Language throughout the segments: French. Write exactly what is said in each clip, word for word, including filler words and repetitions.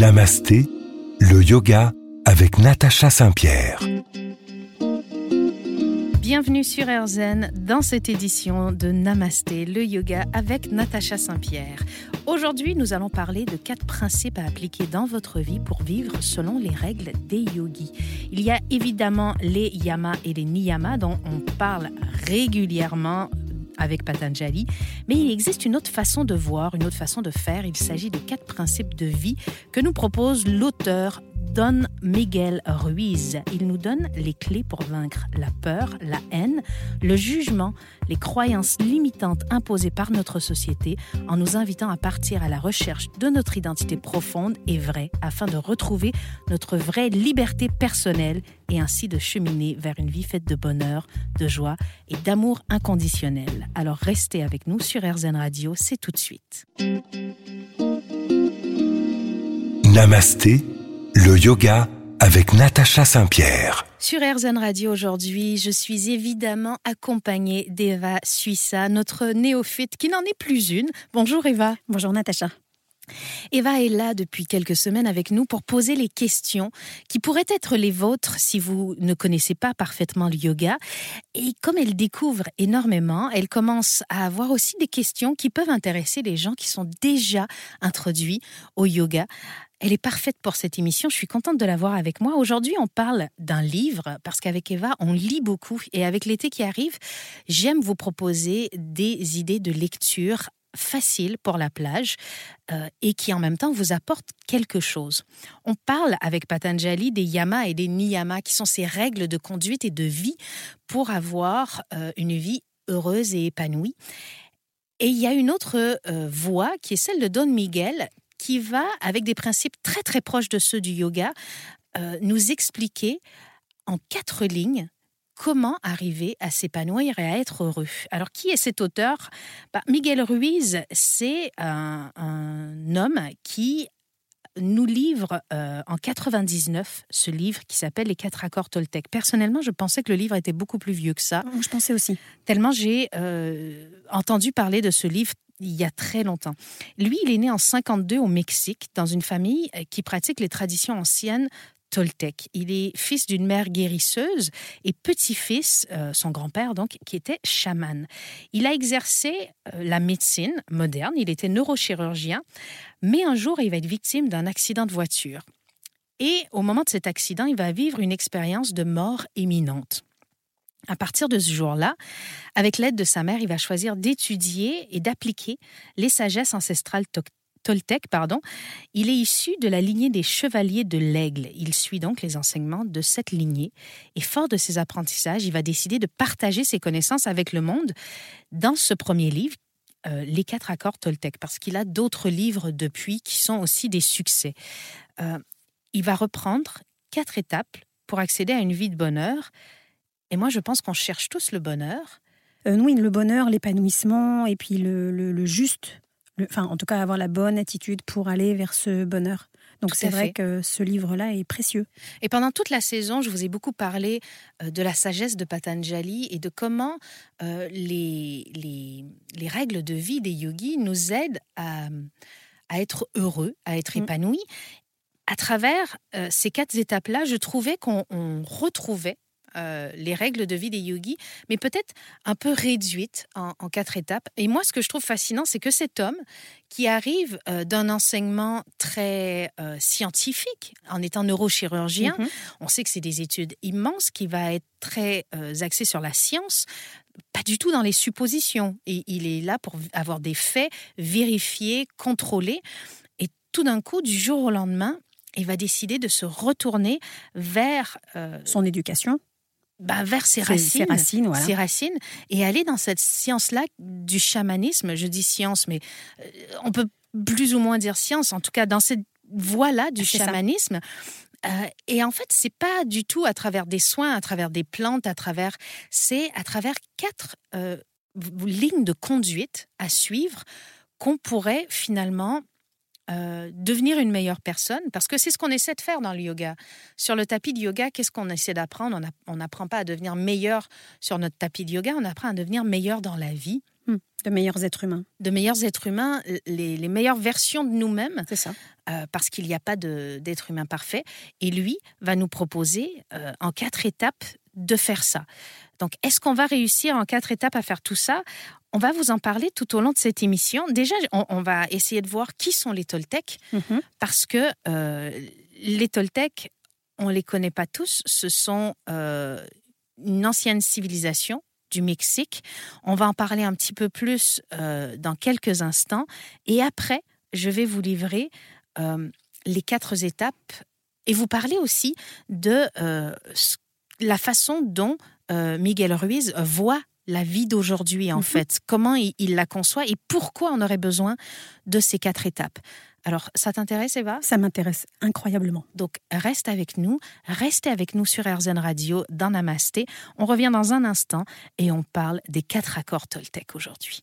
Namasté, le yoga avec Natacha Saint-Pierre. Bienvenue sur AirZen dans cette édition de Namasté, le yoga avec Natacha Saint-Pierre. Aujourd'hui, nous allons parler de quatre principes à appliquer dans votre vie pour vivre selon les règles des yogis. Il y a évidemment les yamas et les niyamas dont on parle régulièrement avec Patanjali, mais il existe une autre façon de voir, une autre façon de faire. Il s'agit de quatre principes de vie que nous propose l'auteur Don Miguel Ruiz. Il nous donne les clés pour vaincre la peur, la haine, le jugement, les croyances limitantes imposées par notre société en nous invitant à partir à la recherche de notre identité profonde et vraie afin de retrouver notre vraie liberté personnelle et ainsi de cheminer vers une vie faite de bonheur, de joie et d'amour inconditionnel. Alors restez avec nous sur AirZen Radio, c'est tout de suite. Namasté, le yoga avec Natacha Saint-Pierre. Sur AirZen Radio aujourd'hui, je suis évidemment accompagnée d'Eva Suissa, notre néophyte qui n'en est plus une. Bonjour Eva. Bonjour Natacha. Eva est là depuis quelques semaines avec nous pour poser les questions qui pourraient être les vôtres si vous ne connaissez pas parfaitement le yoga. Et comme elle découvre énormément, elle commence à avoir aussi des questions qui peuvent intéresser les gens qui sont déjà introduits au yoga. Elle est parfaite pour cette émission, je suis contente de l'avoir avec moi. Aujourd'hui, on parle d'un livre, parce qu'avec Eva, on lit beaucoup. Et avec l'été qui arrive, j'aime vous proposer des idées de lecture faciles pour la plage euh, et qui en même temps vous apportent quelque chose. On parle avec Patanjali des yamas et des niyamas, qui sont ces règles de conduite et de vie pour avoir euh, une vie heureuse et épanouie. Et il y a une autre euh, voie qui est celle de Don Miguel, qui va, avec des principes très très proches de ceux du yoga, euh, nous expliquer en quatre lignes comment arriver à s'épanouir et à être heureux. Alors, qui est cet auteur ? bah, Miguel Ruiz, c'est un, un homme qui nous livre euh, en quatre-vingt-dix-neuf ce livre qui s'appelle Les quatre accords Toltec. Personnellement, je pensais que le livre était beaucoup plus vieux que ça. Je pensais aussi. Tellement j'ai euh, entendu parler de ce livre il y a très longtemps. Lui, il est né en cinquante-deux au Mexique, dans une famille qui pratique les traditions anciennes Toltec. Il est fils d'une mère guérisseuse et petit-fils, euh, son grand-père donc, qui était chaman. Il a exercé euh, la médecine moderne, il était neurochirurgien, mais un jour, il va être victime d'un accident de voiture. Et au moment de cet accident, il va vivre une expérience de mort imminente. À partir de ce jour-là, avec l'aide de sa mère, il va choisir d'étudier et d'appliquer les sagesses ancestrales to- Toltec. Pardon. Il est issu de la lignée des chevaliers de l'aigle. Il suit donc les enseignements de cette lignée. Et fort de ses apprentissages, il va décider de partager ses connaissances avec le monde dans ce premier livre, euh, Les quatre accords Toltec, parce qu'il a d'autres livres depuis qui sont aussi des succès. Euh, il va reprendre quatre étapes pour accéder à une vie de bonheur. Et moi, je pense qu'on cherche tous le bonheur. Euh, oui, le bonheur, l'épanouissement et puis le, le, le juste, le, enfin en tout cas avoir la bonne attitude pour aller vers ce bonheur. Donc Tout c'est à vrai fait. que ce livre-là est précieux. Et pendant toute la saison, je vous ai beaucoup parlé euh, de la sagesse de Patanjali et de comment euh, les, les, les règles de vie des yogis nous aident à, à être heureux, à être Mm. épanouis. À travers euh, ces quatre étapes-là, je trouvais qu'on on retrouvait Euh, les règles de vie des yogis, mais peut-être un peu réduites en, en quatre étapes. Et moi, ce que je trouve fascinant, c'est que cet homme qui arrive euh, d'un enseignement très euh, scientifique, en étant neurochirurgien, Mm-hmm. on sait que c'est des études immenses, qui va être très euh, axé sur la science, pas du tout dans les suppositions. Et il est là pour avoir des faits vérifiés, contrôlés. Et tout d'un coup, du jour au lendemain, il va décider de se retourner vers euh, Son éducation. Bah, vers ses Ses- racines, ses racines, voilà. ses racines, et aller dans cette science-là du chamanisme. Je dis science, mais euh, on peut plus ou moins dire science, en tout cas dans cette voie-là du C'est ça. chamanisme. Euh, et en fait, c'est pas du tout à travers des soins, à travers des plantes, à travers, c'est à travers quatre euh, lignes de conduite à suivre qu'on pourrait finalement Euh, devenir une meilleure personne, parce que c'est ce qu'on essaie de faire dans le yoga. Sur le tapis de yoga, qu'est-ce qu'on essaie d'apprendre ? On n'apprend pas à devenir meilleur sur notre tapis de yoga, on apprend à devenir meilleur dans la vie. Mmh. De meilleurs êtres humains. De meilleurs êtres humains, les, les meilleures versions de nous-mêmes. C'est ça. Euh, parce qu'il n'y a pas de, d'être humain parfait. Et lui va nous proposer euh, en quatre étapes de faire ça. Donc, est-ce qu'on va réussir en quatre étapes à faire tout ça ? On va vous en parler tout au long de cette émission. Déjà, on, on va essayer de voir qui sont les Toltecs, mm-hmm. parce que euh, les Toltecs, on ne les connaît pas tous. Ce sont euh, une ancienne civilisation du Mexique. On va en parler un petit peu plus euh, dans quelques instants. Et après, je vais vous livrer euh, les quatre étapes et vous parler aussi de euh, la façon dont euh, Miguel Ruiz voit la vie d'aujourd'hui, en mm-hmm. fait. Comment il, il la conçoit et pourquoi on aurait besoin de ces quatre étapes. Alors, ça t'intéresse, Eva ? Ça m'intéresse incroyablement. Donc, reste avec nous. Restez avec nous sur R Z N Radio dans Namasté. On revient dans un instant et on parle des quatre accords Toltec aujourd'hui.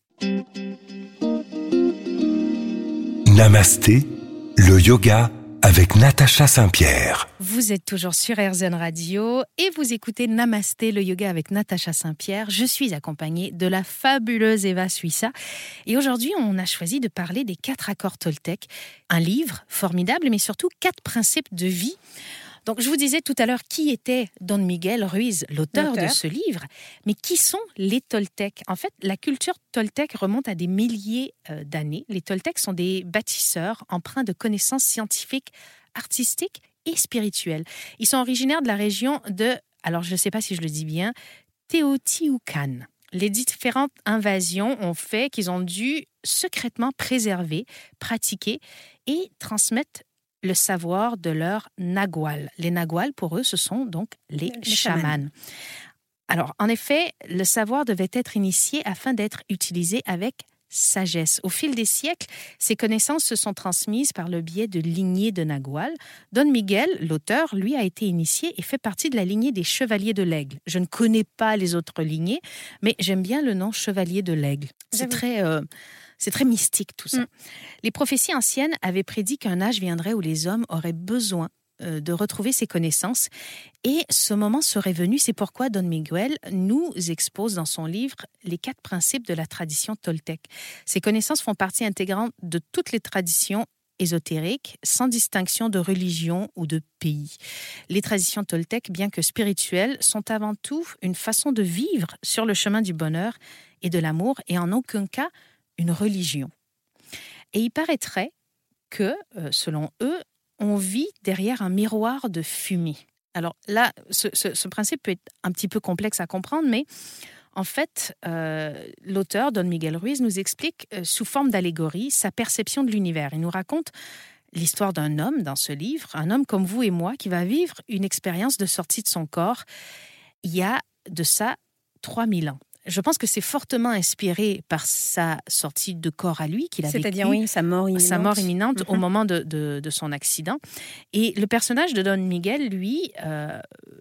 Namasté, le yoga avec Natacha Saint-Pierre. Vous êtes toujours sur R Z N Radio et vous écoutez Namasté, le yoga avec Natacha Saint-Pierre. Je suis accompagnée de la fabuleuse Eva Suissa. Et aujourd'hui, on a choisi de parler des quatre accords Toltec. Un livre formidable, mais surtout quatre principes de vie. Donc, je vous disais tout à l'heure qui était Don Miguel Ruiz, l'auteur, l'auteur de ce livre. Mais qui sont les Toltecs ? En fait, la culture Toltec remonte à des milliers euh, d'années. Les Toltecs sont des bâtisseurs empreints de connaissances scientifiques, artistiques et spirituelles. Ils sont originaires de la région de, alors je ne sais pas si je le dis bien, Teotihuacan. Les différentes invasions ont fait qu'ils ont dû secrètement préserver, pratiquer et transmettre le savoir de leurs naguals. Les naguals, pour eux, ce sont donc les, les chamans. chamans. Alors, en effet, le savoir devait être initié afin d'être utilisé avec sagesse. Au fil des siècles, ces connaissances se sont transmises par le biais de lignées de naguals. Don Miguel, l'auteur, lui, a été initié et fait partie de la lignée des chevaliers de l'aigle. Je ne connais pas les autres lignées, mais j'aime bien le nom chevalier de l'aigle. C'est très... Euh, C'est très mystique tout ça. Mm. Les prophéties anciennes avaient prédit qu'un âge viendrait où les hommes auraient besoin euh, de retrouver ces connaissances. Et ce moment serait venu. C'est pourquoi Don Miguel nous expose dans son livre les quatre principes de la tradition toltèque. Ces connaissances font partie intégrante de toutes les traditions ésotériques, sans distinction de religion ou de pays. Les traditions toltèques, bien que spirituelles, sont avant tout une façon de vivre sur le chemin du bonheur et de l'amour, et en aucun cas une religion. Et il paraîtrait que, euh, selon eux, on vit derrière un miroir de fumée. Alors là, ce, ce, ce principe peut être un petit peu complexe à comprendre, mais en fait, euh, l'auteur, Don Miguel Ruiz, nous explique, euh, sous forme d'allégorie, sa perception de l'univers. Il nous raconte l'histoire d'un homme dans ce livre, un homme comme vous et moi, qui va vivre une expérience de sortie de son corps il y a de ça trois mille ans. Je pense que c'est fortement inspiré par sa sortie de corps à lui, qu'il a C'est-à-dire, vécu, oui, sa mort imminente, sa mort imminente mm-hmm. au moment de, de, de son accident. Et le personnage de Don Miguel, lui, euh,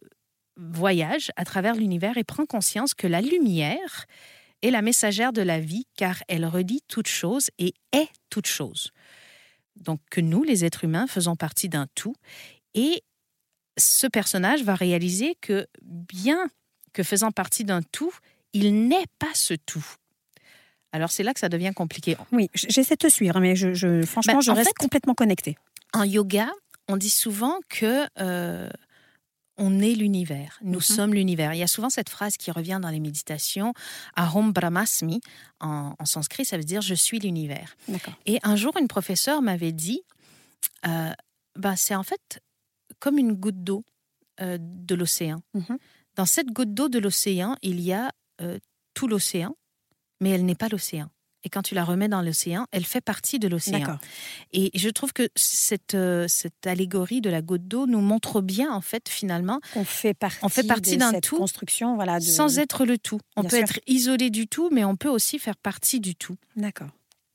voyage à travers l'univers et prend conscience que la lumière est la messagère de la vie, car elle redit toute chose et est toute chose. Donc que nous, les êtres humains, faisons partie d'un tout. Et ce personnage va réaliser que, bien que faisant partie d'un tout, il n'est pas ce tout. Alors, c'est là que ça devient compliqué. Oui, j'essaie de te suivre, mais je, je, franchement, ben, je reste fait, complètement connectée. En yoga, on dit souvent que euh, on est l'univers. Nous mm-hmm. sommes l'univers. Il y a souvent cette phrase qui revient dans les méditations, Aham Brahmasmi, en, en sanskrit, ça veut dire « je suis l'univers ». Et un jour, une professeure m'avait dit, euh, ben, c'est en fait comme une goutte d'eau euh, de l'océan. Mm-hmm. Dans cette goutte d'eau de l'océan, il y a Euh, tout l'océan, mais elle n'est pas l'océan. Et quand tu la remets dans l'océan, elle fait partie de l'océan. D'accord. Et je trouve que cette, euh, cette allégorie de la goutte d'eau nous montre bien, en fait, finalement, on fait partie, on fait partie de d'un cette tout, construction, voilà, de... sans être le tout. On bien peut sûr. être isolé du tout, mais on peut aussi faire partie du tout. D'accord.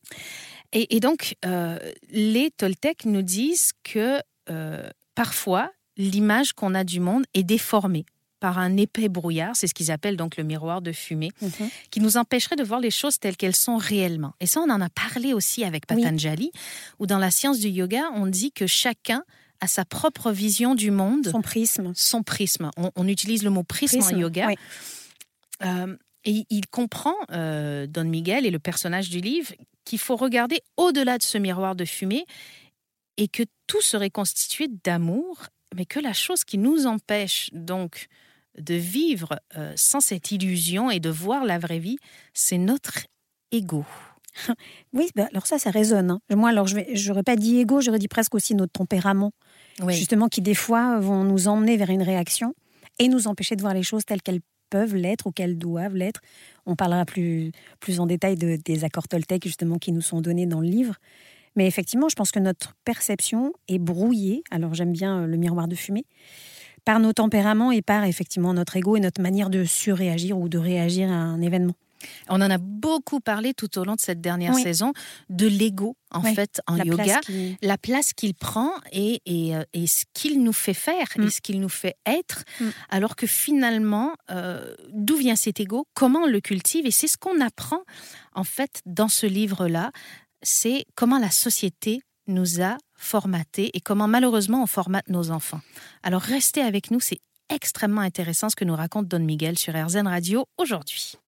Et, et donc, euh, les Toltecs nous disent que euh, parfois, l'image qu'on a du monde est déformée par un épais brouillard, c'est ce qu'ils appellent donc le miroir de fumée, mm-hmm. qui nous empêcherait de voir les choses telles qu'elles sont réellement. Et ça, on en a parlé aussi avec Patanjali, oui. où dans la science du yoga, on dit que chacun a sa propre vision du monde. Son prisme. Son prisme. On, on utilise le mot prisme, prisme en yoga. Oui. Euh, Et il comprend, euh, Don Miguel et le personnage du livre, qu'il faut regarder au-delà de ce miroir de fumée et que tout serait constitué d'amour, mais que la chose qui nous empêche donc de vivre euh, sans cette illusion et de voir la vraie vie, c'est notre ego. Oui, bah alors ça, ça résonne. Hein. Moi, alors, je n'aurais pas dit ego, j'aurais dit presque aussi notre tempérament, oui. Justement, qui des fois vont nous emmener vers une réaction et nous empêcher de voir les choses telles qu'elles peuvent l'être ou qu'elles doivent l'être. On parlera plus, plus en détail de, des accords Toltec, justement, qui nous sont donnés dans le livre. Mais effectivement, je pense que notre perception est brouillée, alors j'aime bien le miroir de fumée, par nos tempéraments et par effectivement notre ego et notre manière de surréagir ou de réagir à un événement. On en a beaucoup parlé tout au long de cette dernière oui. saison, de l'ego, en oui. fait, en la yoga, place qui... la place qu'il prend et, et, et ce qu'il nous fait faire mm. et ce qu'il nous fait être, mm. alors que finalement, euh, d'où vient cet ego, comment on le cultive, et c'est ce qu'on apprend, en fait, dans ce livre-là, c'est comment la société nous a formatés et comment malheureusement on formate nos enfants. Alors restez avec nous, c'est extrêmement intéressant ce que nous raconte Don Miguel sur R Z N Radio aujourd'hui.